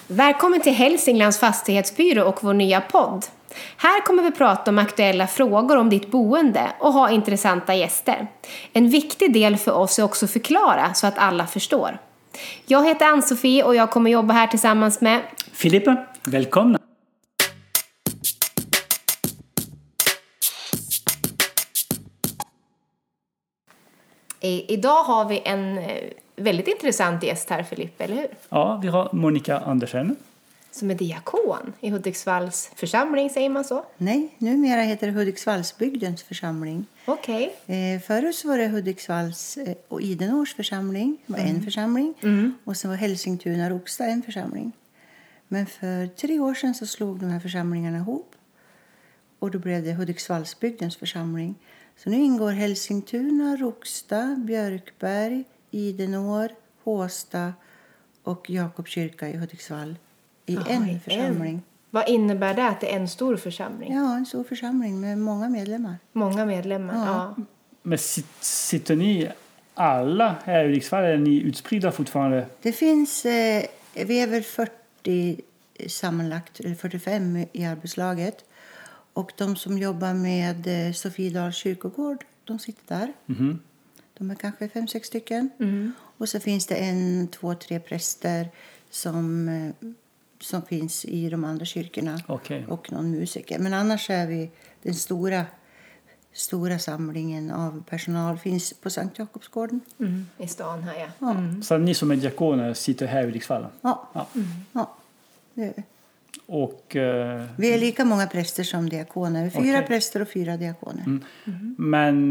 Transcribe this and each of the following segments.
Välkommen till Hälsinglands fastighetsbyrå och vår nya podd. Här kommer vi prata om aktuella frågor om ditt boende och ha intressanta gäster. En viktig del för oss är också att förklara så att alla förstår. Jag heter Ann-Sofie och jag kommer jobba här tillsammans med Filippa. Välkomna! Idag har vi en väldigt intressant gäst här, Filippa, eller hur? Ja, vi har Monica Andersen. Som är diakon i Hudiksvalls församling, säger man så? Nej, numera heter det Hudiksvallsbygdens församling. Okej. Förut så var det Hudiksvalls och Idenårs församling, var en församling. Och så var Hälsingtuna och Rokstad en församling. Men för 3 år sedan så slog de här församlingarna ihop. Och då blev det Hudiksvallsbygdens församling. Så nu ingår Hälsingtuna, Rokstad, Björkberg, Idenår, Håsta och Jakobkyrka i Hudiksvall i en församling. Vad innebär det att det är en stor församling? Ja, en stor församling med många medlemmar. Många medlemmar, ja. Men sitter ni alla här i Hudiksvall, eller är ni utspridda fortfarande? Det finns, vi är väl 40 sammanlagt, eller 45 i arbetslaget. Och de som jobbar med Sofiedals kyrkogård, de sitter där. Mm-hmm. De är kanske 5-6 stycken. Och så finns det 1, 2, 3 präster som finns i de andra kyrkorna. Okay. Och någon musiker. Men annars är vi den stora samlingen av personal finns på Sankt Jakobsgården. I stan här, ja. Ja. Så ni som är diakoner sitter här i Hudiksvall? Ja. Ja. Det är vi. Och, vi är lika många präster som diakoner. 4 präster och 4 diakoner. Men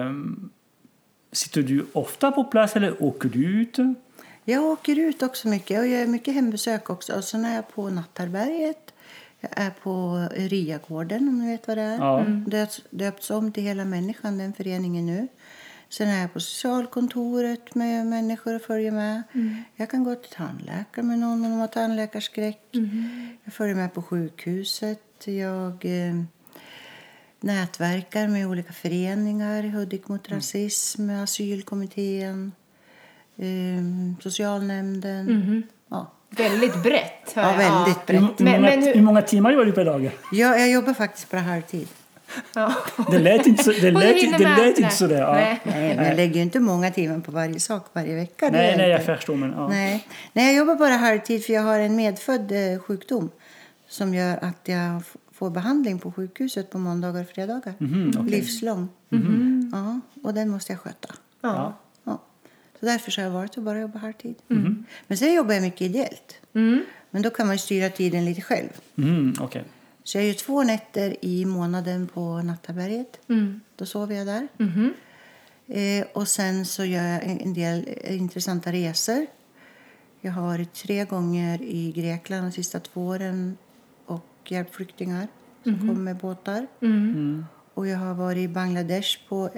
sitter du ofta på plats eller åker du ut? Jag åker ut också mycket och jag gör mycket hembesök också. Och sen är jag på Nattarberget. Jag är på Riagården, om ni vet vad det är. Ja. Döpts om till Hela människan, den föreningen nu. Sen är jag på socialkontoret med människor och följer med. Jag kan gå till tandläkare med någon om de har tandläkarskräck. Jag följer med på sjukhuset. Jag nätverkar med olika föreningar. Hudik mot rasism, asylkommittén, socialnämnden. Ja. Väldigt brett. Ja, väldigt brett. Hur många timmar jobbar du per dag? Ja, jag jobbar faktiskt bara halvtid. Ja. Det lät inte så där. Ja. Nej. Nej, men jag lägger ju inte många timmar på varje sak varje vecka. Nej, jag förstår. Men, ja. Nej, jag jobbar bara halvtid för jag har en medfödd sjukdom som gör att jag får behandling på sjukhuset på måndagar och fredagar. Okay. Livslång. Ja, och den måste jag sköta. Ja. Så därför så har jag varit och bara jobba halvtid. Men sen jobbar jag mycket ideellt. Men då kan man ju styra tiden lite själv. Okay. Så jag gör 2 nätter i månaden på Nattarberget. Då sover jag där. Och sen så gör jag en del intressanta resor. Jag har varit 3 gånger i Grekland de sista 2 åren. Och hjälpt flyktingar som kommer med båtar. Och jag har varit i Bangladesh på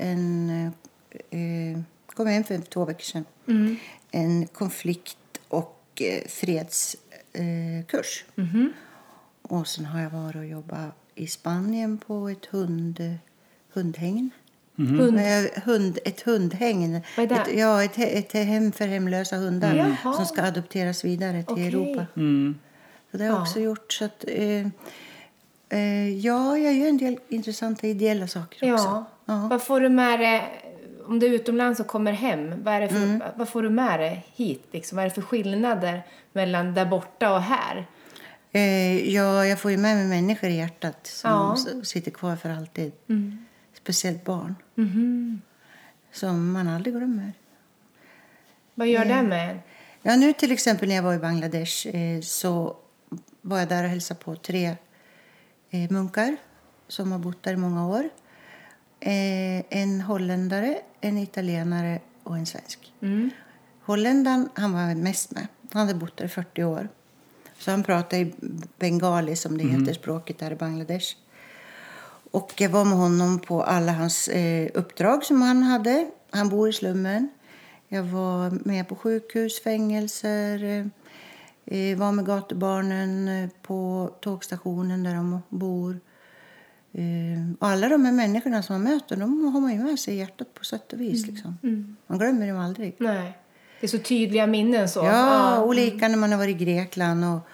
kom hem för 2 veckor sedan. En konflikt- och fredskurs. Och sen har jag varit och jobbat i Spanien på ett hundhägn. Ett hundhägn. Vad är det? Ett hem för hemlösa hundar som ska adopteras vidare till Europa. Så det har jag också gjort. Så att, jag gör en del intressanta ideella saker också. Ja. Vad får du med dig, om du är utomlands och kommer hem? Vad får du med dig hit? Liksom? Vad är det för skillnader mellan där borta och här? Jag får ju med mig människor i hjärtat som sitter kvar för alltid. Speciellt barn. Som man aldrig glömmer. Vad gör det med? Ja, nu till exempel när jag var i Bangladesh så var jag där och hälsade på 3 munkar som har bott där i många år. En holländare, en italienare och en svensk. Holländaren, han var mest med. Han hade bott där i 40 år. Så han pratade i bengali som det heter språket där i Bangladesh. Och jag var med honom på alla hans uppdrag som han hade. Han bor i slummen. Jag var med på sjukhus, fängelser. Var med gatubarnen på tågstationen där de bor. Och alla de här människorna som man möter, de har man ju med sig i hjärtat på sätt och vis. Liksom. Man glömmer dem aldrig. Nej. Det är så tydliga minnen så. Ja, och lika när man har varit i Grekland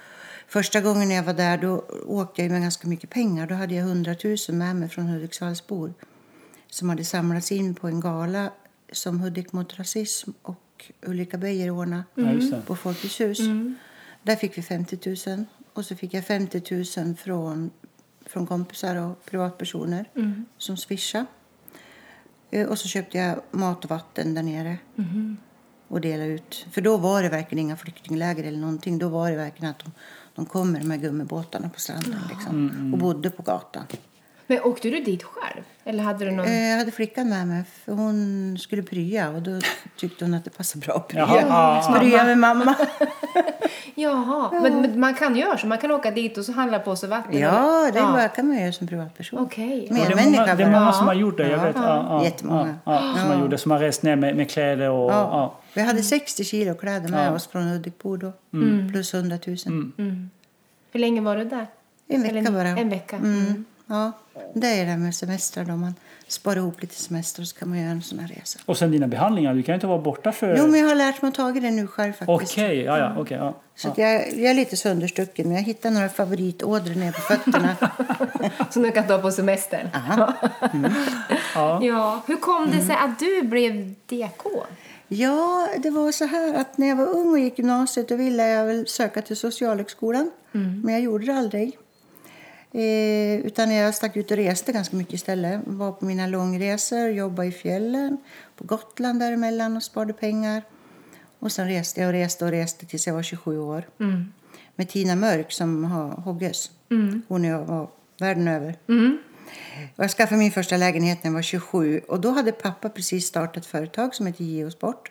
Första gången jag var där då åkte jag med ganska mycket pengar. Då hade jag 100 000 med mig från Hudiksvallsbor som hade samlats in på en gala som Hudik mot rasism och Ulrika Beijer ordnade på Folkets hus. Där fick vi 50 000 och så fick jag 50 000 från kompisar och privatpersoner som swishade. Och så köpte jag mat och vatten där nere och delade ut. För då var det verkligen inga flyktingläger eller någonting. Då var det verkligen att de kom med de här gummibåtarna på stranden liksom, och bodde på gatan. Men åkte du dit själv? Eller hade du någon... Jag hade flickan med mig för hon skulle prya och då tyckte hon att det passade bra att prya. Prya med mamma. Jaha, men man kan göra så. Man kan åka dit och så handla på sig vatten. Ja, det bara kan man göra som privatperson. Okej. Det är många som har gjort det. Jag vet. Jättemånga. Som har gjort det. Som har rest ner med kläder. Och, Vi hade 60 kilo kläder med oss från Hudikbo då. Plus 100 000. Hur länge var du där? En vecka bara. En vecka. Ja, det är det med semestrar då. Man sparar ihop lite semester och så kan man göra en sån här resa. Och sen dina behandlingar, du kan inte vara borta för... Jo, men jag har lärt mig att ta det nu själv faktiskt. Okej. Så att jag är lite sönderstucken, men jag hittar några favoritådror ner på fötterna. Som du kan ta på semestern. Ja. Hur kom det sig att du blev diakon? Ja, det var så här att när jag var ung och gick gymnasiet då ville jag väl söka till socialhögskolan. Men jag gjorde det aldrig. Utan jag stack ut och reste ganska mycket istället. Var på mina långresor, jobbade i fjällen, på Gotland däremellan och sparade pengar. Och sen reste jag och reste tills jag var 27 år. Med Tina Mörk som har Hogges. Hon och jag var världen över. Och jag skaffade min första lägenhet när jag var 27. Och då hade pappa precis startat ett företag som heter Geo Sport.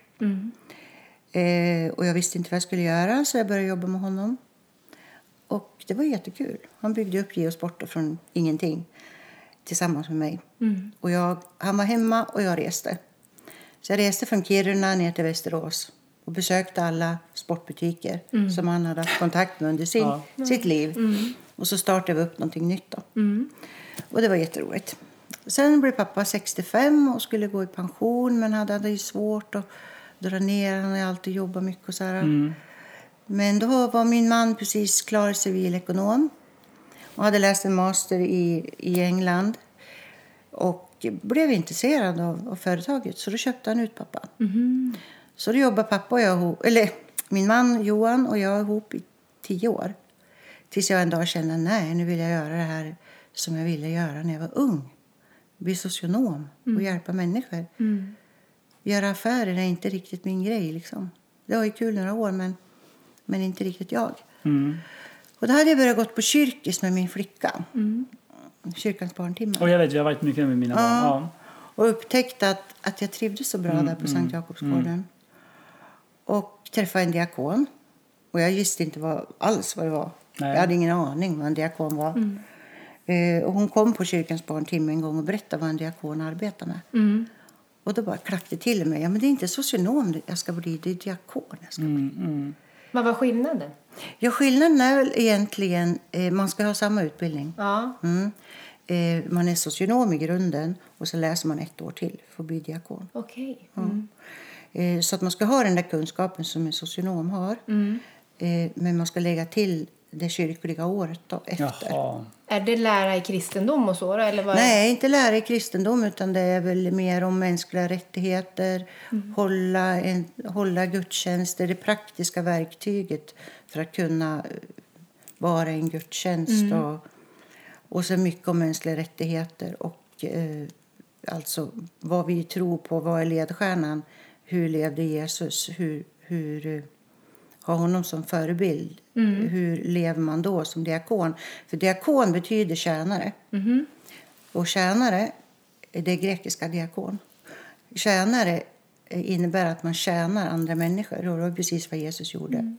Och jag visste inte vad jag skulle göra så jag började jobba med honom. Och det var jättekul. Han byggde upp Geo Sport från ingenting tillsammans med mig. Och han var hemma och jag reste. Så jag reste från Kiruna ner till Västerås. Och besökte alla sportbutiker som han hade haft kontakt med under sitt liv. Och så startade vi upp någonting nytt då. Och det var jätteroligt. Sen blev pappa 65 och skulle gå i pension. Men hade ju svårt att dra ner. Han hade alltid jobbat mycket och så här. Men då var min man precis klar civilekonom. Och hade läst en master i England. Och blev intresserad av företaget. Så då köpte han ut pappa. Så då jobbade pappa och jag ihop. Eller min man Johan och jag ihop i 10 år. Tills jag en dag kände, nej nu vill jag göra det här som jag ville göra när jag var ung. Bli socionom och hjälpa människor. Göra affärer är inte riktigt min grej liksom. Det var ju kul några år men inte riktigt jag. Och då hade jag börjat gått på kyrkis med min flicka. Kyrkans barntimmar. Och jag vet, jag har varit mycket med mina barn. Ja. Och upptäckte att jag trivdes så bra där på Sankt Jakobsgården. Och träffade en diakon. Och jag visste inte alls vad det var. Nej. Jag hade ingen aning vad en diakon var. Och hon kom på kyrkans barntimme en gång och berättade vad en diakon arbetar med. Och då bara klackade till mig. Ja, men det är inte socionom jag ska bli, det är diakon jag ska bli. Vad var skillnaden? Ja, skillnaden är väl egentligen, man ska ha samma utbildning. Ja. Man är socionom i grunden och så läser man 1 år till för att bli diakon. Okej. Så att man ska ha den där kunskapen som en socionom har. Men man ska lägga till det kyrkliga året då, efter. Jaha. Är det lära i kristendom och så då? Eller vad? Nej, inte lära i kristendom utan det är väl mer om mänskliga rättigheter. Hålla gudstjänster, det praktiska verktyget för att kunna vara i en gudstjänst. Och så mycket om mänskliga rättigheter och alltså vad vi tror på, vad är ledstjärnan, hur levde Jesus, hur ha honom som förebild. Hur lever man då som diakon? För diakon betyder tjänare. Och tjänare, det är grekiska diakon. Tjänare innebär att man tjänar andra människor. Och det är precis vad Jesus gjorde.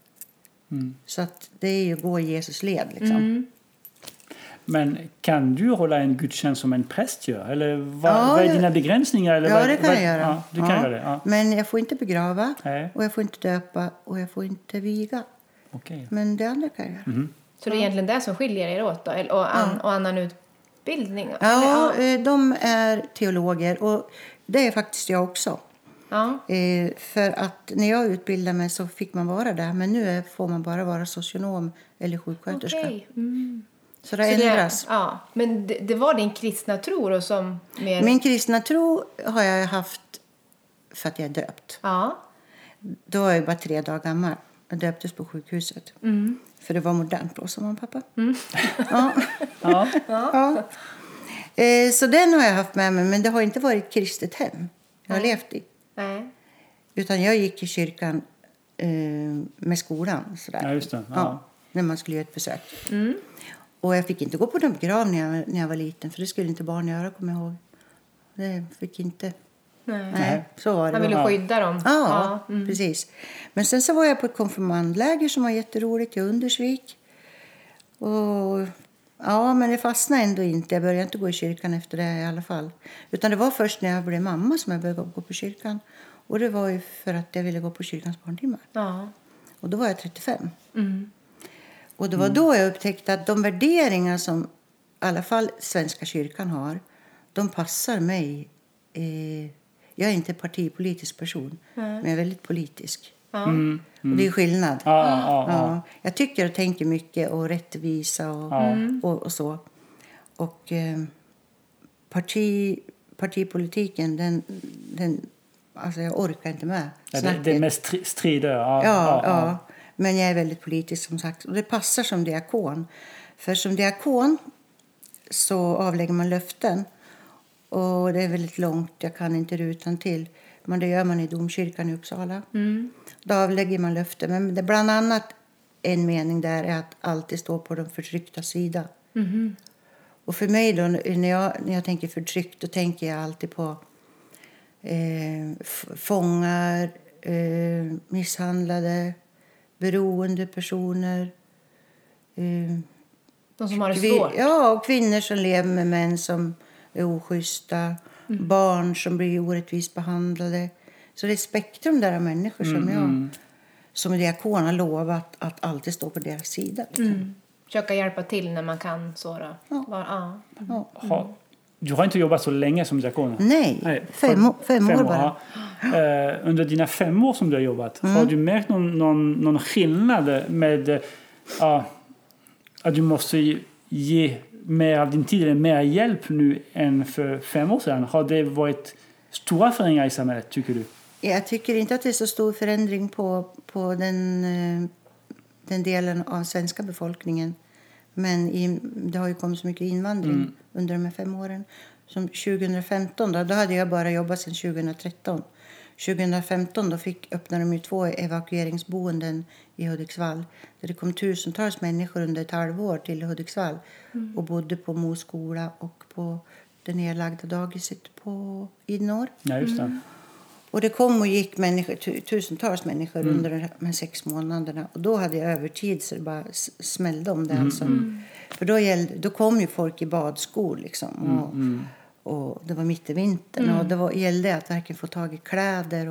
Så att det är ju att gå i Jesus led liksom. Men kan du hålla en gudstjänst som en präst gör? Eller vad är dina begränsningar? Eller ja, det kan jag göra. Ja, du kan göra det. Ja. Men jag får inte begrava. Nej. Och jag får inte döpa. Och jag får inte viga. Okay. Men det andra kan jag göra. Så det är egentligen det som skiljer er åt då? Och annan utbildning? Ja, de är teologer. Och det är faktiskt jag också. Ja. För att när jag utbildade mig så fick man vara där. Men nu får man bara vara socionom eller sjuksköterska. Okej. Mm. Så det ändras. Ja. Men det var din kristna tro då som mer... Min kristna tro har jag haft för att jag är döpt. Ja. Då var jag bara 3 dagar gammal. Jag döptes på sjukhuset. Mm. För det var modernt då, som mamma och pappa. Mm. Ja. Ja. Ja. Så den har jag haft med mig. Men det har inte varit kristet hem jag har levt i. Nej. Utan jag gick i kyrkan med skolan. Sådär. Ja, just det. Ja. Ja, när man skulle göra ett besök. Mm. Och jag fick inte gå på de begravningar när jag var liten. För det skulle inte barn göra, kommer jag ihåg. Det fick inte... Nej, så var det. Han ville skydda dem. Ja, precis. Men sen så var jag på ett konfirmandläger som var jätteroligt i Undersvik. Och ja, men det fastnade ändå inte. Jag började inte gå i kyrkan efter det i alla fall. Utan det var först när jag blev mamma som jag började gå på kyrkan. Och det var ju för att jag ville gå på kyrkans barntimmar. Ja. Och då var jag 35. Mm. Och det var då jag upptäckte att de värderingar som i alla fall Svenska kyrkan har, de passar mig. Jag är inte en partipolitisk person, men jag är väldigt politisk. Ja. Och det är skillnad. Ja. Jag tycker och tänker mycket och rättvisa och så. Och partipolitiken, den alltså jag orkar inte med. Det är mest strider. Ja. Men jag är väldigt politisk som sagt. Och det passar som diakon. För som diakon så avlägger man löften. Och det är väldigt långt, jag kan inte rutan till. Men det gör man i domkyrkan i Uppsala. Då avlägger man löften. Men det är bland annat en mening där är att alltid stå på de förtryckta sida. Och för mig då, när jag tänker förtryckt, då tänker jag alltid på fångar, misshandlade, beroende personer. De som har det svårt. Ja, och kvinnor som lever med män som är oschyssta. Barn som blir orättvist behandlade. Så det är spektrum där av människor som jag som diakon har lovat att alltid stå på deras sida. Försöka hjälpa till när man kan. Så då. Du har inte jobbat så länge som diakon? Nej, 5 år bara. Ja. Under dina 5 år som du har jobbat, har du märkt någon skillnad med att du måste ge mer av din tid eller mer hjälp nu än för 5 år sedan? Har det varit stora förändringar i samhället, tycker du? Jag tycker inte att det är så stor förändring på den delen av svenska befolkningen. Men det har ju kommit så mycket invandring under de här 5 åren. Som 2015 då hade jag bara jobbat sedan 2013. 2015 då öppnade de ju 2 evakueringsboenden i Hudiksvall. Där det kom tusentals människor under ett halvår till Hudiksvall. Och bodde på Moskola och på det nedlagda dagiset i norr. Ja, just det. Och det kom och gick tusentals människor under de här 6 månaderna. Och då hade jag övertid så det bara smällde om det. Alltså. För då kom ju folk i badskor liksom. Och det var mitt i vintern. Och det gällde att verkligen få tag i kläder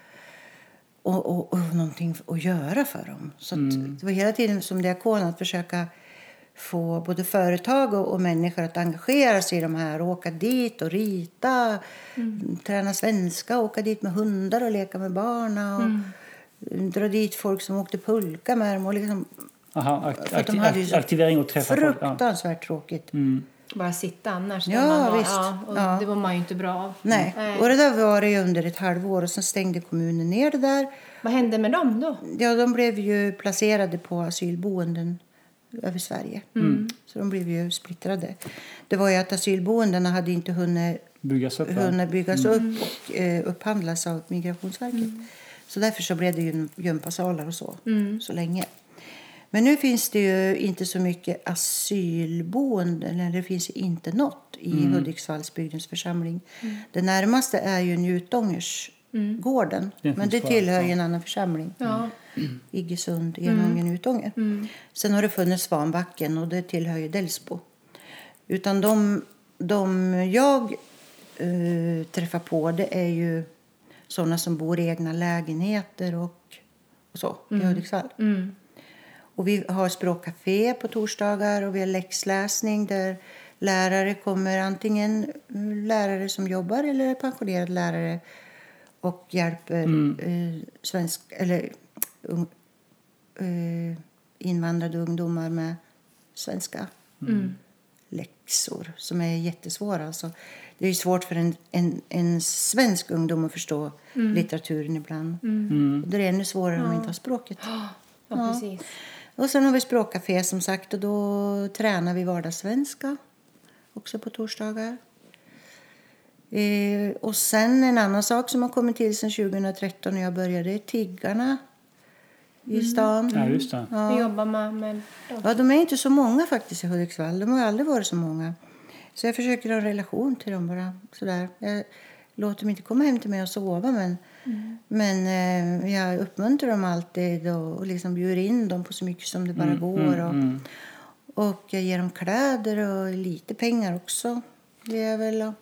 och någonting att göra för dem. Så det var hela tiden som diakon att försöka få både företag och människor att engagera sig i de här. Och åka dit och rita, träna svenska, åka dit med hundar och leka med barn. Och dra dit folk som åkte pulka med dem. Och liksom, aktivering och träffa folk. Fruktansvärt tråkigt. Bara sitta annars. Visst. Det var man ju inte bra av. Nej. Och det där var det under ett halvår. Och sen stängde kommunen ner det där. Vad hände med dem då? Ja, de blev ju placerade på asylboenden över Sverige. Så de blev ju splittrade. Det var ju att asylboendena hade inte hunnit byggas upp och upphandlas av Migrationsverket. Så därför så blev det ju gympasalar och så länge. Men nu finns det ju inte så mycket asylboenden, eller det finns inte något i Hudiksvallsbygdens församling. Det närmaste är ju Njutångersgården, men det tillhör ju en annan församling. Iggesund, Enången, Njutånger. Sen har det funnits Svanbacken och det tillhör ju Delsbo. Utan de jag träffar på, det är ju sådana som bor i egna lägenheter och så i Hudiksvall. Och vi har språkcafé på torsdagar och vi har läxläsning där lärare kommer, antingen lärare som jobbar eller pensionerade lärare, och hjälper invandrade ungdomar med svenska läxor som är jättesvåra. Alltså, det är svårt för en svensk ungdom att förstå litteraturen ibland. Och det är ännu svårare om man inte har språket. Ja, precis. Och sen har vi språkcafé som sagt, och då tränar vi vardagssvenska också på torsdagar. Och sen en annan sak som har kommit till sedan 2013 när jag började, tiggarna i stan. Ja, just det. Hur jobbar man med dem? Ja, de är inte så många faktiskt i Hudiksvall. De har aldrig varit så många. Så jag försöker ha en relation till dem bara. Sådär. Jag låter dem inte komma hem till mig och sova. Men jag uppmuntrar dem alltid och liksom bjuder in dem på så mycket som det bara går. Och jag ger dem kläder och lite pengar också. Det är väl...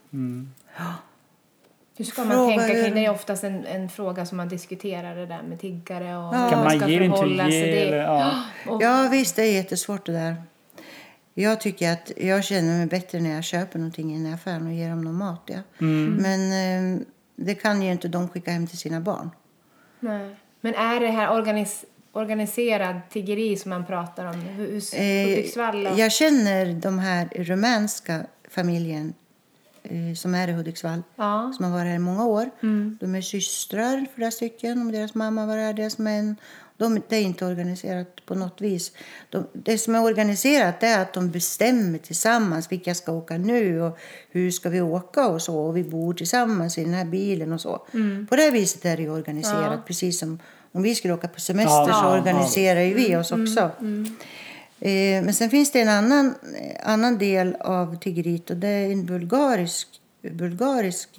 Hur ska man tänka kring det? Är oftast en fråga som man diskuterar, det där med tiggare och hur Kan man ska man ge förhålla inte sig. ge? Eller, Ja, visst, det är jättesvårt det där. Jag tycker att jag känner mig bättre när jag köper någonting i en affär och ger dem någon mat. Ja. Men det kan ju inte de skicka hem till sina barn. Nej. Men är det här organiserad tiggeri som man pratar om? Hudiksvall och... Jag känner de här rumänska familjen som är i Hudiksvall. Som har varit här i många år. De är systrar, flera stycken. Och deras mamma var här, deras män. Det är inte organiserat på något vis. Det som är organiserat är att de bestämmer tillsammans vilka ska åka nu och hur ska vi åka och så. Och vi bor tillsammans i den här bilen och så. På det viset är det organiserat. Precis som om vi skulle åka på semester så organiserar ju vi oss också. Men sen finns det en annan del av tiggeriet och det är en bulgarisk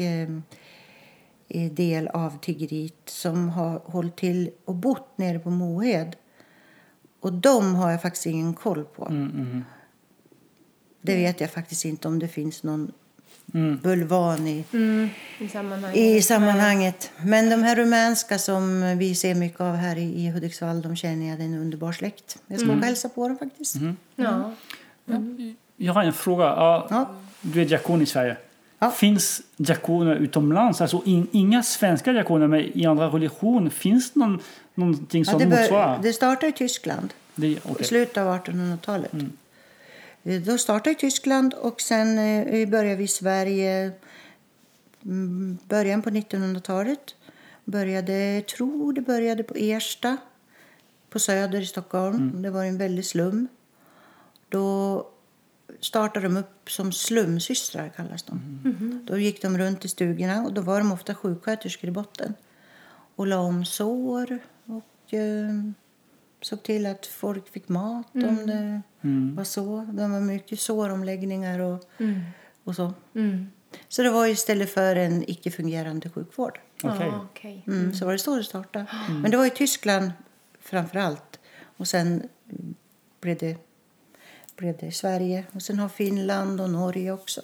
del av tiggeriet som har hållit till och bott nere på Mohed. Och de har jag faktiskt ingen koll på. Det vet jag faktiskt inte om det finns någon bulvan i sammanhanget. Men de här rumänska som vi ser mycket av här i Hudiksvall, de känner jag, det är en underbar släkt. Jag ska åka hälsa på dem faktiskt. Jag har en fråga. Du är diakon i Sverige. Finns diakoner utomlands? Alltså inga svenska diakoner, men i andra religioner. Finns det någonting som motsvarar? Det startar i Tyskland. I slutet av 1800-talet. Då startade i Tyskland och sen började vi i Sverige början på 1900-talet. Det började på Ersta på Söder i Stockholm. Det var en väldig slum. Då startade de upp som slumsystrar kallas de. Då gick de runt i stugorna och då var de ofta sjuksköterskor i botten. Och la om sår och såg till att folk fick mat om det var så. Det var mycket såromläggningar och så. Så det var istället för en icke-fungerande sjukvård. Så var det så det startade. Men det var i Tyskland framför allt. Och sen blev det i Sverige. Och sen har Finland och Norge också.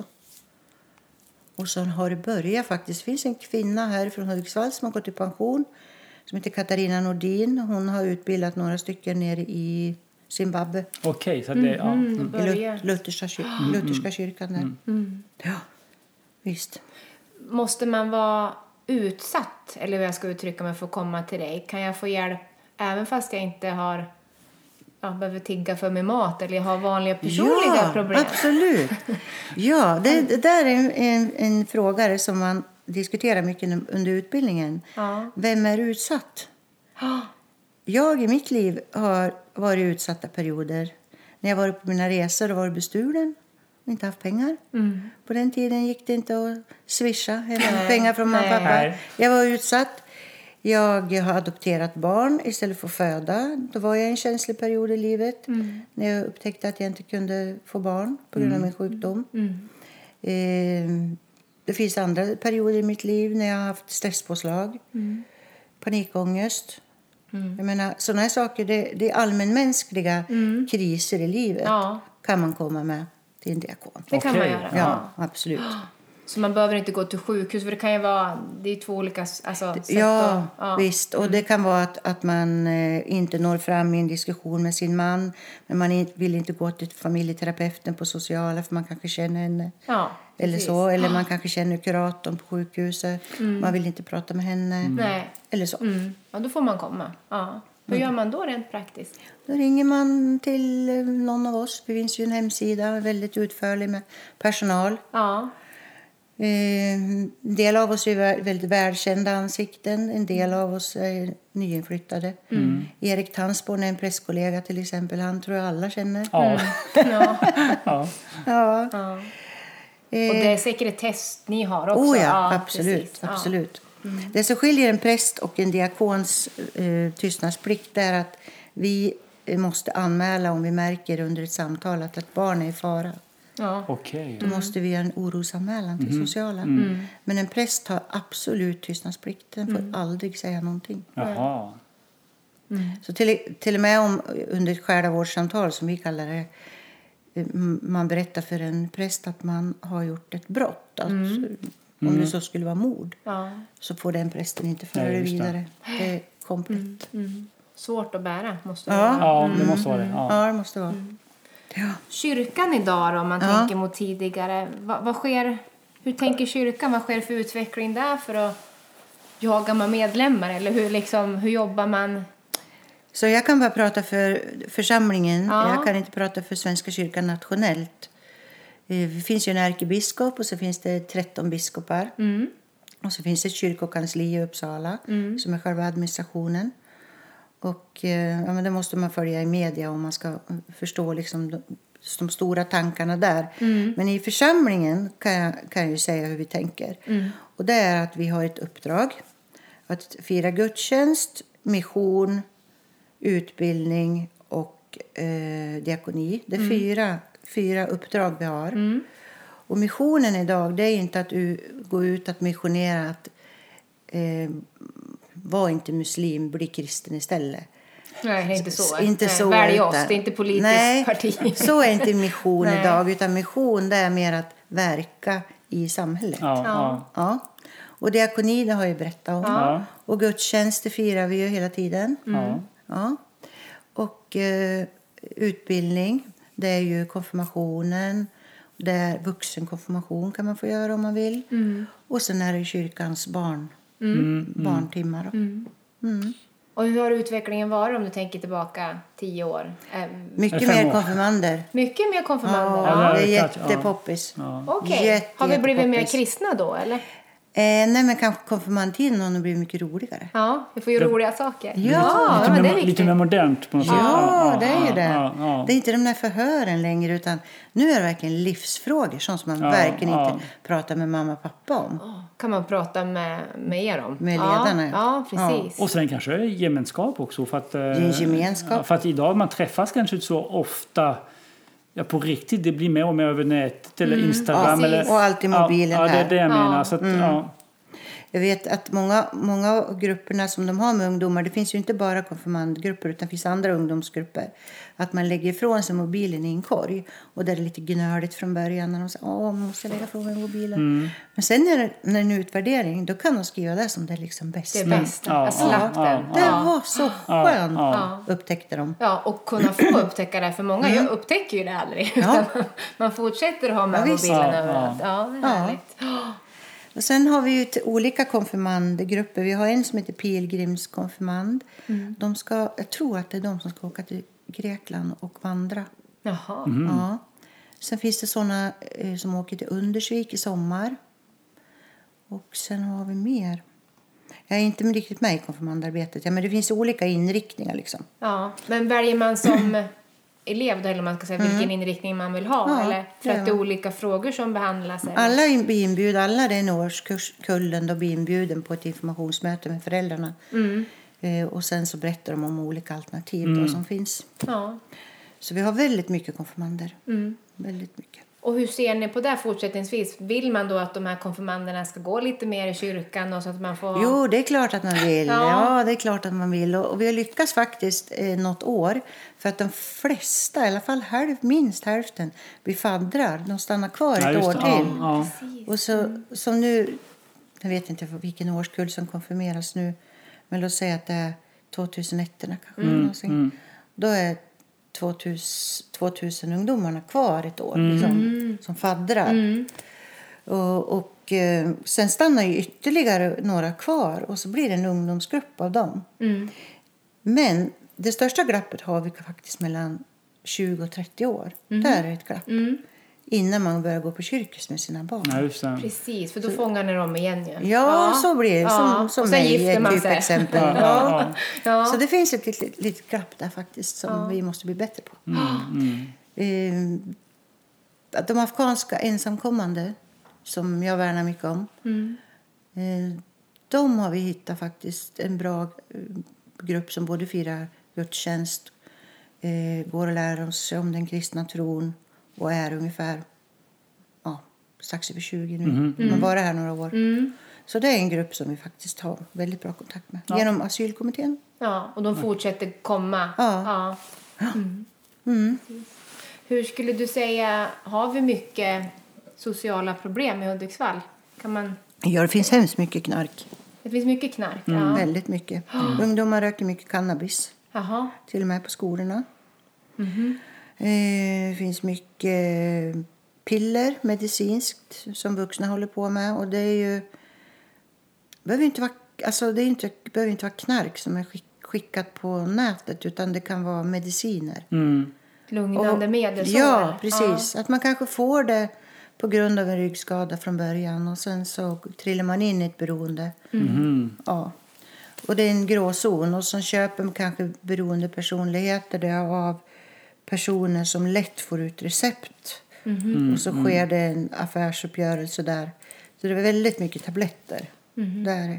Och sen har det börjat faktiskt. Det finns en kvinna här från Hudiksvall som har gått i pension. Som heter Katarina Nordin. Hon har utbildat några stycken nere i Zimbabwe. Okej, så det i Lutherska kyrkan där. Ja, visst. Måste man vara utsatt, eller hur jag ska uttrycka mig, för att komma till dig? Kan jag få hjälp även fast jag inte behöver tigga för mig mat eller jag har vanliga personliga problem? Absolut. Ja, det där är en fråga som man diskuterar mycket under utbildningen. Vem är utsatt? Jag i mitt liv har varit utsatta perioder. När jag varit på mina resor och varit bestulen och inte haft pengar. På den tiden gick det inte att swisha pengar från mamma och pappa. Jag var utsatt. Jag har adopterat barn istället för att föda. Då var jag i en känslig period i livet. När jag upptäckte att jag inte kunde få barn på grund av min sjukdom. Det finns andra perioder i mitt liv när jag har haft stresspåslag. Panikångest. Jag menar, sådana här saker, det är allmänmänskliga kriser i livet. Kan man komma med till en diakon. Det kan man göra. Ja, absolut. Så man behöver inte gå till sjukhus, för det kan ju vara, det är 2 olika sätt. Ja, visst. Och det kan vara att man inte når fram i en diskussion med sin man. Men man vill inte gå till familjeterapeuten på sociala för man kanske känner henne. Ja, eller så. Eller man kanske känner kuratorn på sjukhuset. Man vill inte prata med henne. Nej. Eller så. Ja, då får man komma. Ja. Hur gör man då rent praktiskt? Då ringer man till någon av oss. Det finns ju en hemsida väldigt utförlig med personal. Ja. En del av oss är väldigt välkända ansikten. En del av oss är nyinflyttade. Erik Tansborn är en presskollega till exempel. Han tror jag alla känner. Ja. Ja. Ja. Och det är säkert ett test ni har också. Ja, absolut. Precis. Absolut. Det som skiljer en präst och en diakons tystnadsplikt är att vi måste anmäla om vi märker under ett samtal att ett barn är i fara. Ja. Okej. Då måste vi göra en orosanmälan till sociala. Men en präst har absolut tystnadsplikt. Den får aldrig säga någonting. Jaha. Så till och med om under ett själavårdssamtal som vi kallar det, man berättar för en präst att man har gjort ett brott. Alltså, om det så skulle vara mord. Ja. Så får den prästen inte föra det vidare. Det är komplett. Svårt att bära måste det Ja. vara. Ja, det måste vara det. Ja. Ja, det måste vara. Ja. Kyrkan idag då, om man tänker mot tidigare. Vad sker, hur tänker kyrkan? Vad sker för utveckling där för att jaga med medlemmar? Eller hur jobbar man? Så jag kan bara prata för församlingen. Jag kan inte prata för Svenska kyrkan nationellt. Det finns ju en ärkebiskop och så finns det 13 biskopar. Och så finns det ett kyrkokansli i Uppsala som är själva administrationen. Och men det måste man följa i media om man ska förstå liksom de stora tankarna där. Men i församlingen kan jag ju säga hur vi tänker. Och det är att vi har ett uppdrag att fira gudstjänst, mission, utbildning och diakoni. Det är fyra uppdrag vi har. Och missionen idag, det är inte att gå ut att missionera att var inte muslim, bli kristen istället. Nej, det är inte så. Inte så. Välj oss, det är inte politiskt parti. Så är inte mission idag, utan mission det är mer att verka i samhället. Ja. Och diakoni, det har jag berättat om. Ja. Och gudstjänster firar vi ju hela tiden. Ja. Och utbildning, det är ju konfirmationen. Det är vuxenkonfirmation kan man få göra om man vill. Och sen är det kyrkans barntimmar. Och hur har utvecklingen varit om du tänker tillbaka 10 år? Mycket mer konfirmander. Mycket mer konfirmander? Ja, det är klart, jättepoppis. Okej. Har vi blivit mer kristna då, eller? Nej, men kanske konfirmandtiden har nog blivit mycket roligare. Ja, vi får ju roliga saker. Ja, men det är lite viktigt. mer modernt på något sätt. Ja, det är ju det. Ja. Det är inte de där förhören längre, utan nu är det verkligen livsfrågor. Sånt som man verkligen inte pratar med mamma och pappa om. Kan man prata med er om? Med ledarna. Ja, precis. Och sen kanske gemenskap också. För att, Det är en gemenskap. För att idag man träffas kanske inte så ofta på riktigt. Det blir mer och mer över nätet eller Instagram. Ja, eller, och alltid mobilen här. Ja, det är det jag menar. Ja. Så att, Jag vet att många av grupperna som de har med ungdomar, det finns ju inte bara konfirmandgrupper utan det finns andra ungdomsgrupper. Att man lägger ifrån sig mobilen i en korg. Och det är lite gnöligt från början när de säger man måste lägga ifrån mig mobilen. Men sen när det är en utvärdering, då kan de skriva det som det är liksom bäst. Det är bäst. Jag slapp den. Det var så skönt, upptäckte de. Ja, och kunna få upptäcka det. För många jag upptäcker ju det aldrig. Ja. Man fortsätter att ha med mobilen överallt. Ja, det är härligt. Och sen har vi ju olika konfirmandgrupper. Vi har en som heter pilgrimskonfirmand. Jag tror att det är de som ska åka till Grekland och vandra. Jaha. Ja. Sen finns det såna som åker till Undersvik i sommar. Och sen har vi mer. Jag är inte riktigt med i konfirmandarbetet. Men det finns olika inriktningar liksom. Ja, men väljer man som elev då, eller man ska säga vilken inriktning man vill ha? Eller för att det är olika frågor som behandlas? Eller? Alla blir inbjudna, alla den årskullen då blir inbjuden på ett informationsmöte med föräldrarna. Och sen så berättar de om olika alternativ då som finns. Ja. Så vi har väldigt mycket konfirmander. Väldigt mycket. Och hur ser ni på det fortsättningsvis? Vill man då att de här konfirmanderna ska gå lite mer i kyrkan och så att man får... Jo, det är klart att man vill. Ja. Ja, det är klart att man vill. Och vi har lyckats faktiskt något år. För att de flesta, i alla fall minst hälften, blir faddrar. De stannar kvar ett år till. Ja. Och så, som nu, jag vet inte vilken årskull som konfirmeras nu. Men låt säga att det är 2001 kanske. Då är 2000 ungdomarna kvar ett år liksom, som faddrar. Och sen stannar ju ytterligare några kvar och så blir det en ungdomsgrupp av dem. Men det största glappet har vi faktiskt mellan 20 och 30 år. Där är ett glapp. Innan man börjar gå på kyrkis med sina barn. Ja, just det. Precis, för då fångar ni dem igen ju. Ja, så blir det. Som och sen mig gifter är man ett sig. typexempel. Ja. Så det finns ett litet glapp där faktiskt som vi måste bli bättre på. De afghanska ensamkommande som jag värnar mycket om. De har vi hittat faktiskt en bra grupp som både firar gudstjänst, går och lär oss om den kristna tron och är ungefär strax över 20 nu. Man var här några år. Så det är en grupp som vi faktiskt har väldigt bra kontakt med. Genom asylkommittén. Ja, och de fortsätter komma. Ja. Hur skulle du säga, har vi mycket sociala problem i Hudiksvall? Ja, det finns hemskt mycket knark. Det finns mycket knark. Väldigt mycket. Ungdomar röker mycket cannabis. Jaha. Till och med på skolorna. Det finns mycket piller, medicinskt, som vuxna håller på med. Och det är ju... behöver inte vara knark som är skickat på nätet, utan det kan vara mediciner. Lugnande medel. Ja, precis. Ja. Att man kanske får det på grund av en ryggskada från början och sen så trillar man in i ett beroende. Ja. Och det är en gråzon, och så köper man kanske beroende personligheter det av personer som lätt får ut recept. Och så sker det en affärsuppgörelse där. Så det är väldigt mycket tabletter. Där.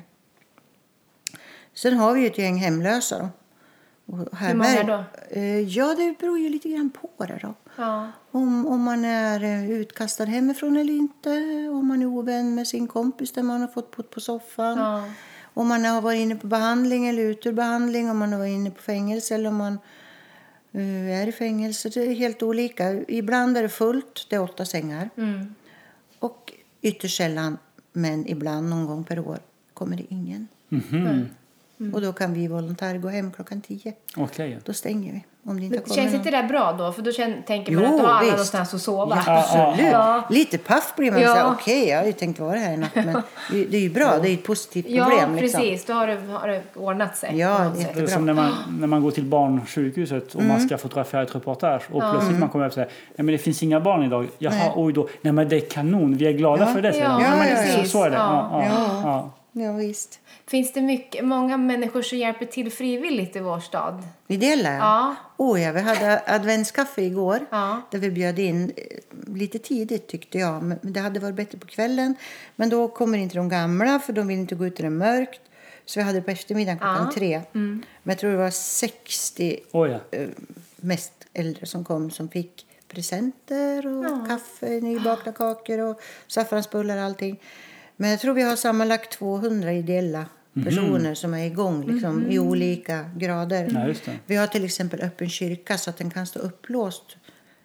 Sen har vi ju ett gäng hemlösa då. Och hur många då? Ja, det beror ju lite grann på det då. Ja. Om man är utkastad hemifrån eller inte. Om man är ovän med sin kompis där man har fått putt på soffan. Ja. Om man har varit inne på behandling eller ut ur behandling. Om man har varit inne på fängelse eller om man är i fängelse. Det är helt olika. Ibland är det fullt, det är 8 sängar. Och ytterst sällan, men ibland någon gång per år, kommer det ingen. Och då kan vi volontärer gå hem 10:00. Okej. Då stänger vi. Om det inte kommer Känns inte det där bra då? För då tänker man att då har alla någonstans att sova. Ja, absolut. Ja. Lite paff blir man. Okej, jag har ju tänkt vara här i natt. Men det är ju bra. Det är ett positivt problem. Ja, liksom. Precis. Då har det ordnat sig. Ja, det är Det är som när man går till barnsjukhuset och man ska fotografera ett reportage. Och plötsligt man kommer upp och säger, nej men det finns inga barn idag. Jaha, oj då. Nej men det är kanon. Vi är glada för det. Så är det. Ja, visst. Finns det många människor som hjälper till frivilligt i vår stad? Ideella? Ja. Vi hade adventskaffe igår. Ja. Där vi bjöd in lite tidigt tyckte jag. Men det hade varit bättre på kvällen. Men då kommer inte de gamla för de vill inte gå ut i det mörkt. Så vi hade på eftermiddagen 3. Men jag tror det var 60 mest äldre som kom som fick presenter och kaffe, nybakta kakor och saffransbullar och allting. Men jag tror vi har sammanlagt 200 ideella personer som är igång liksom, i olika grader. Ja, just det. Vi har till exempel öppen kyrka så att den kan stå upplåst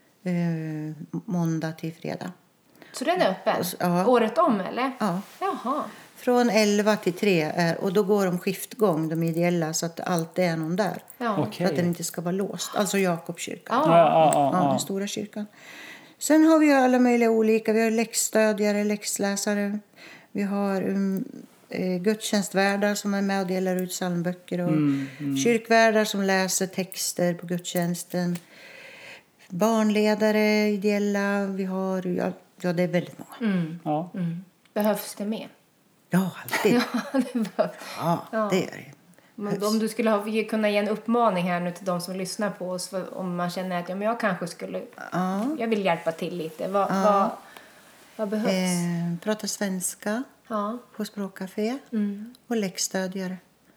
måndag till fredag. Så den är öppen? Ja. Året om eller? Ja. Jaha. Från 11 till 3 och då går de skiftgång, de ideella, så att det alltid är någon där. Ja. Så att den inte ska vara låst. Alltså Jakobskyrkan. Den stora kyrkan. Sen har vi alla möjliga olika. Vi har läxstödjare, läxläsare. Vi har gudstjänstvärdar som är med och delar ut psalmböcker. Och kyrkvärdar som läser texter på gudstjänsten. Barnledare, ideella. Vi har, det är väldigt många. Behövs det mer? Ja, alltid. Det behövs. Ja, det gör det. Men om du skulle kunna ge en uppmaning här nu till de som lyssnar på oss. Om man känner att jag kanske skulle... Jag vill hjälpa till lite. Vad behövs? Prata svenska på språkcafé. Och läxstödjare.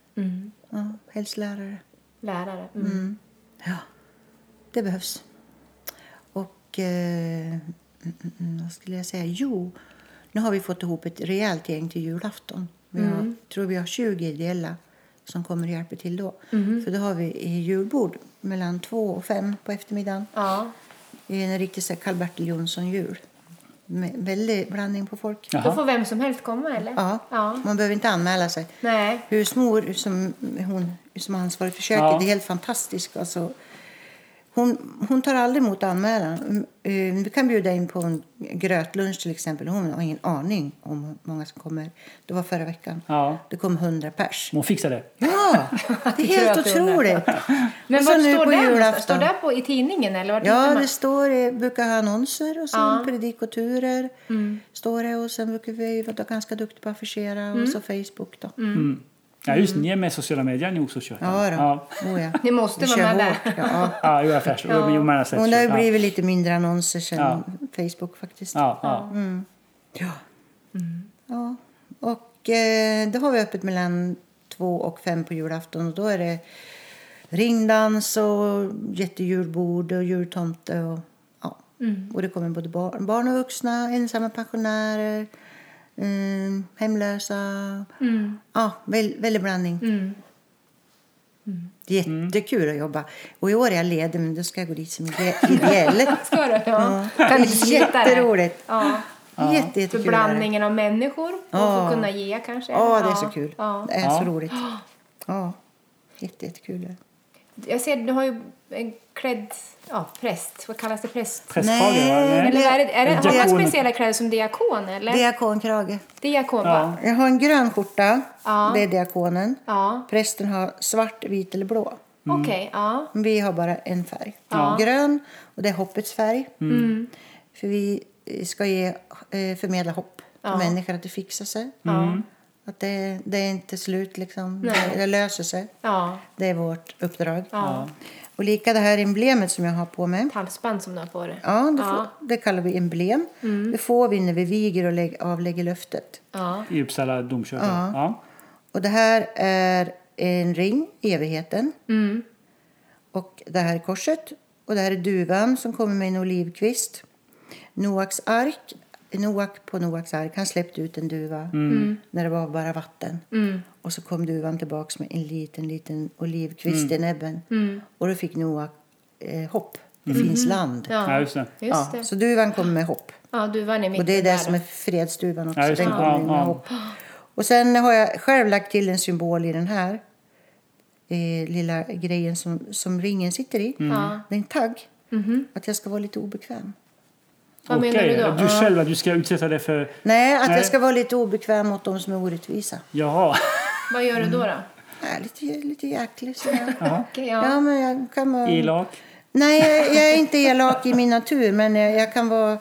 Helst lärare. Lärare. Ja, det behövs. Och vad skulle jag säga? Jo, nu har vi fått ihop ett rejält gäng till julafton. Tror vi har 20 ideella som kommer och hjälper till då. För då har vi julbord mellan 2 och 5 på eftermiddagen. Ja. Det är en riktig så här Karl-Bertil Jonsson-jul. Med väldigt blandning på folk. Då får vem som helst komma, eller? Ja. Man behöver inte anmäla sig. Nej. Husmor som ansvarig för köket, det är helt fantastiskt. Alltså, hon tar aldrig emot anmälan. Vi kan bjuda in på en grötlunch till exempel. Hon har ingen aning om hur många som kommer. Det var förra veckan. Ja. Det kom 100 pers. Hon fixar det. Ja, det är helt otroligt. Men och vad så nu står på det? julafton. Står det på i tidningen? Eller vad Ja, man? det står, brukar ha annonser och så predikoturer. Står det, och sen brukar vi vara ganska duktiga på att affischera och så Facebook då. Ja, just ni är med sociala medier ni också kör. Ja då. Ja. Oh, ja. Ni måste Vi vara kör med där. hårt, ja. Ja, jo, jag förstår. Jo, men man har sett. Och det har ju Ja. blivit lite mindre annonser sen Facebook faktiskt. Ja, ja. Ja. Och då har vi öppet mellan 2 och 5 på julafton. Och då är det ringdans och jättejulbord och jultomte. Och, och det kommer både barn och vuxna, ensamma pensionärer, hemlösa. Ja, väldigt blandning. Jättekul att jobba. Och i år är jag ledig, men då ska jag gå dit som ideell. Ska du? Ja. Kan inte slita det? Jätteroligt. Ja. Jättekul. För blandningen av människor och få kunna ge kanske. Ja, det är så kul. Ja. Det är så roligt. Ja, jättekul. Jag ser, du har ju en klädd präst. Vad kallas det? Prästkrage, Nej. va? Eller har man Diakon. speciella kläder som diakon? Eller? Diakonkrage. Diakon, va? Jag har en grön skjorta. Ja. Det är diakonen. Ja. Prästen har svart, vit eller blå. Okej, ja. Vi har bara en färg. Grön, och det är hoppets färg. För vi ska förmedla hopp till människor att det fixar sig. Att det är inte slut liksom. Det löser sig. Ja. Det är vårt uppdrag. Ja. Och lika det här emblemet som jag har på mig. Halsband som du har på dig. Ja, det kallar vi emblem. Det får vi när vi viger och avlägger löftet. Ja. I Uppsala domkyrka. Ja. Och det här är en ring, evigheten. Och det här är korset. Och det här är duvan som kommer med en olivkvist. Noaks ark. Noak på Noaks ark. Han släppte ut en duva när det var bara vatten. Och så kom duvan tillbaka med en liten olivkvist i näbben. Och då fick Noak hopp. Det finns land. Ja, just det. Just det. Så duvan kommer med hopp. Ja, duvan är mitt Och det är där det som då. är fredsduvan också. Ja, just det. Den kommer med hopp. Och sen har jag själv lagt till en symbol i den här lilla grejen som ringen sitter i. Det är en tagg. Att jag ska vara lite obekväm. Vad menar du då? Du själv, att du ska utsätta det för... Nej, att jag ska vara lite obekväm mot de som är orättvisa. Jaha. Vad gör du då? Nej, lite jäklig. Sådär. Okej, Ja, men jag kan vara... Elak. Nej, jag är inte elak i min natur. Men jag kan vara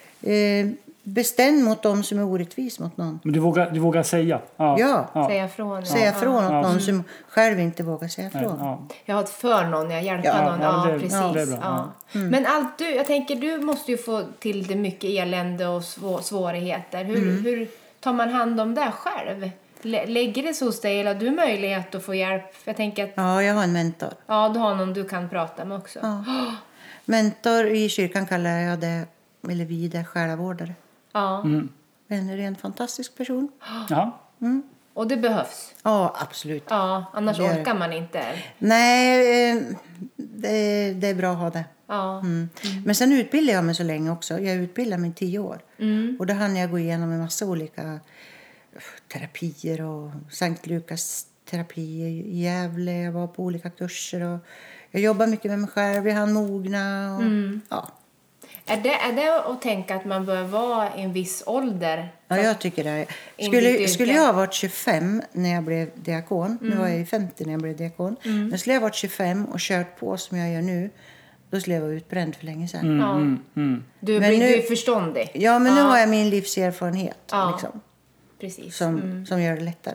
bestämd mot de som är orättvis mot någon. Men du vågar säga. Ja. Säga från. Säga från åt någon som själv inte vågar säga från. Ja. Jag har ett för någon, jag hjälper någon. ja, Ja, det- precis. ja, det är bra. Ja. Men jag tänker, du måste ju få till det mycket elände och svårigheter. Hur tar man hand om det själv? Lägger det så hos dig, eller har du möjlighet att få hjälp? Jag tänker att Ja, jag har en mentor. du har någon du kan prata med också. Ja. Mentor i kyrkan kallar jag det, eller vi det, själavårdare. Ja. En rent fantastisk person. Ja. Och det behövs. Ja, absolut. Ja, annars Det är det. orkar man inte. Nej, det är bra att ha det. Ja. Men sen utbildar jag mig så länge också. Jag utbildar mig 10 år. Och då hann jag gå igenom en massa olika terapier och Sankt Lukas terapi i Gävle. Jag var på olika kurser och jag jobbar mycket med mig själv. Jag hann mogna och ja. Är det att tänka att man bör vara i en viss ålder? Ja, jag tycker det. In ditt yrke. Skulle jag ha varit 25 när jag blev diakon, nu var jag ju 50 när jag blev diakon, men skulle jag ha varit 25 och kört på som jag gör nu, då skulle jag vara utbränd för länge sedan. Du Men du nu- är förståndig. Ja, men nu har jag min livserfarenhet liksom, Precis. som gör det lättare.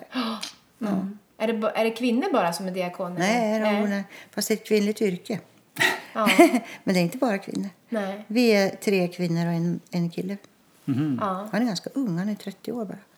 Är det kvinnor bara som är diakoner? Nej. Fast det är ett kvinnligt yrke. Ja. Men det är inte bara kvinnor. Nej. Vi är 3 kvinnor och en kille. Ja. Han är ganska ung, han är 30 år bara.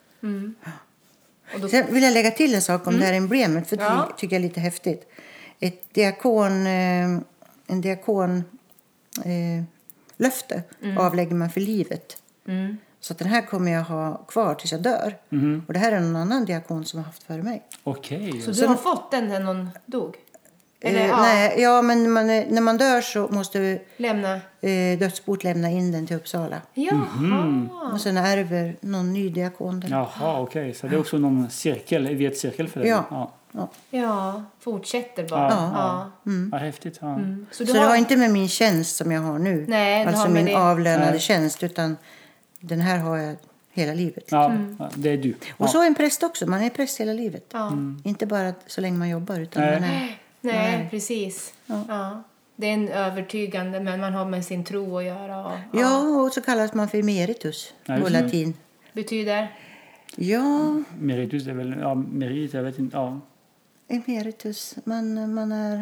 Och då, Sen vill jag lägga till en sak om det här emblemet, för det tycker jag är lite häftigt. En diakon löfte. Avlägger man för livet. Så att den här kommer jag ha kvar tills jag dör. Och det här är någon annan diakon som har haft före mig. Okej. Så du har fått den när någon dog? Eller, Nej, men när man dör så måste lämna? dödsbot lämna in den till Uppsala. Jaha. Och sen ärver någon ny diakon den. Jaha, okej. Så det är också någon vet cirkel för dig? Ja. Ja, fortsätter bara. Ja. Ja, häftigt. Ja. Så det var inte med min tjänst som jag har nu. Nej, alltså har med min det. avlönade tjänst. Utan den här har jag hela livet. Ja, det är du. Och så är en präst också. Man är präst hela livet. Ja. Inte bara så länge man jobbar. Utan Nej. man är... Nej, precis. Ja. Det är en övertygande, men man har med sin tro att göra. Ja, och så kallas man för emeritus på latin. Betyder? Ja, Meritus är väl... Ja, merit, jag vet inte. Ja. emeritus. Man är...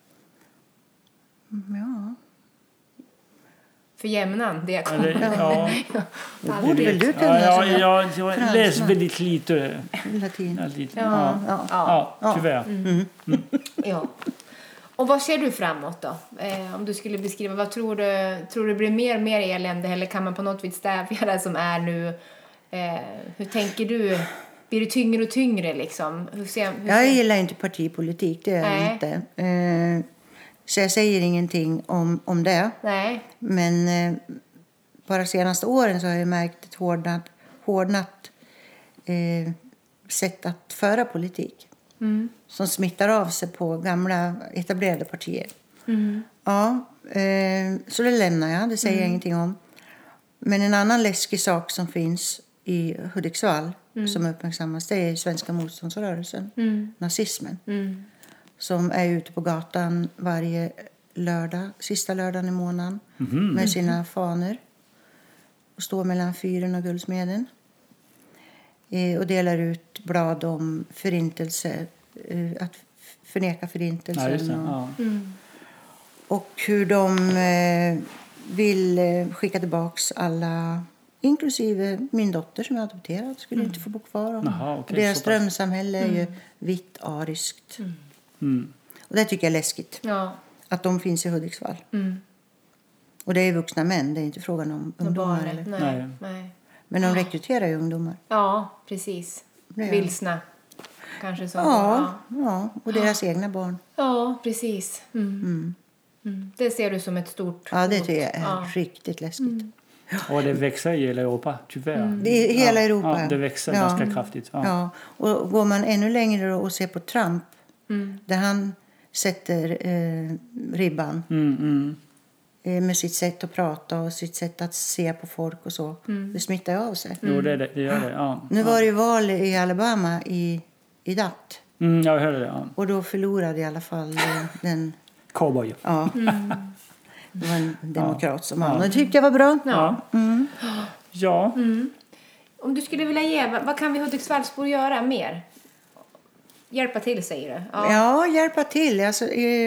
Ja. För jämnan, diakon. Eller, ja. Det borde väl du kunna? Jag läser väldigt lite. Latin. Ja, tyvärr. Ja. Och vad ser du framåt då? Om du skulle beskriva, vad tror du blir mer elände, eller kan man på något vis stävja det som är nu? Hur tänker du? Blir det tyngre och tyngre liksom? Jag gillar inte partipolitik, det är jag inte. Så jag säger ingenting om det. Nej. Men bara senaste åren så har jag märkt ett hårdnat sätt att föra politik. Som smittar av sig på gamla etablerade partier. Ja, så det lämnar jag, det säger jag ingenting om. Men en annan läskig sak som finns i Hudiksvall som uppmärksammas, det är svenska motståndsrörelsen, nazismen. Som är ute på gatan varje lördag, sista lördagen i månaden, med sina faner. Och står mellan Fyren och Guldsmeden. Och delar ut blad om förintelse, att förneka förintelsen. Och hur de vill skicka tillbaks alla, inklusive min dotter som är adopterad, skulle inte få bo kvar. Deras drömsamhälle är ju vitt ariskt. Och det tycker jag är läskigt. Ja. Att de finns i Hudiksvall. Och det är vuxna män, det är inte frågan om ungdomar. Eller? Nej. Men de rekryterar ju ungdomar. Ja, precis. Vilsna. Kanske så. Ja, och deras egna barn. Ja, precis. Det ser du som ett stort Ja, det tycker jag är riktigt läskigt. Och det växer i hela Europa, tyvärr. Det är hela Europa. Ja, det växer ganska kraftigt. Ja. Och går man ännu längre och ser på Trump, där han sätter ribban med sitt sätt att prata och sitt sätt att se på folk och så. Det smittar ju av sig. Jo, det gör det. Ja. Nu var det ju val i Alabama i natt. Jag hörde det. Ja. Och då förlorade i alla fall den... Cowboy. Ja. Det var en demokrat som vann. Det tyckte jag var bra. Ja. Om du skulle vilja ge, vad kan vi Hudiksvallsbor göra mer? Hjälpa till, säger du? Ja, hjälpa till. Alltså,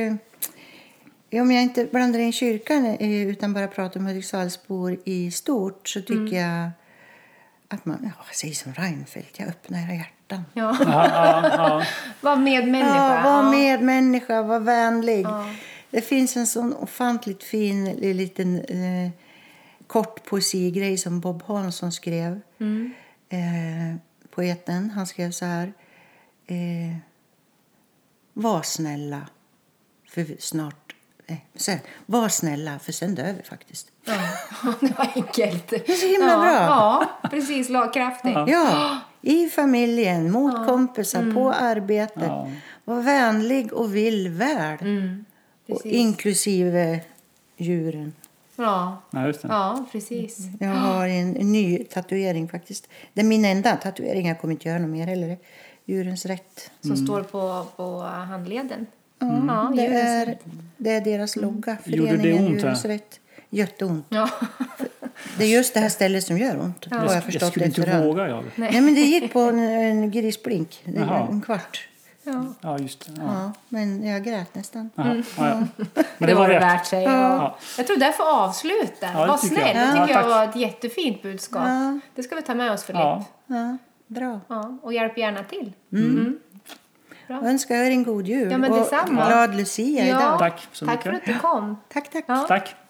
om jag inte blandar in kyrkan utan bara pratar om Hudiksvallsbor i stort, så tycker jag att man, säger som Reinfeldt, jag öppnar era hjärtan. Var medmänniska. Var medmänniska, var vänlig. Det finns en sån ofantligt fin liten kort poesigrej som Bob Hansson skrev. Poeten, han skrev så här: var snälla för snart var snälla för sen dör vi faktiskt. Det var enkelt. Det är så himla bra. Ja, precis, lagkraftigt. Ja, i familjen, mot kompisar, på arbetet. Var vänlig och vill väl. Och inklusive djuren. Ja, just det. Ja, precis. Jag har en ny tatuering faktiskt. Det är min enda tatuering, jag kommer inte göra något mer heller. Djurens rätt. Som står på handleden. Det är deras logga. Gjorde det ont? Djurens rätt. Jätteont. Ja. Det är just det här stället som gör ont. Jag skulle inte våga. Nej, men det gick på en grisblink. En kvart. Ja, just det. Ja, men jag grät nästan. Men det var det värt sig. Ja. Jag tror därför avsluta. Var snäll. Det tycker jag var ett jättefint budskap. Det ska vi ta med oss för lite. Ja, bra. Ja, och hjälp gärna till. Jag önskar er en god jul. Ja, men detsamma. Och glad Lucia idag. Tack så mycket. Tack för att du kom. Tack. Tack.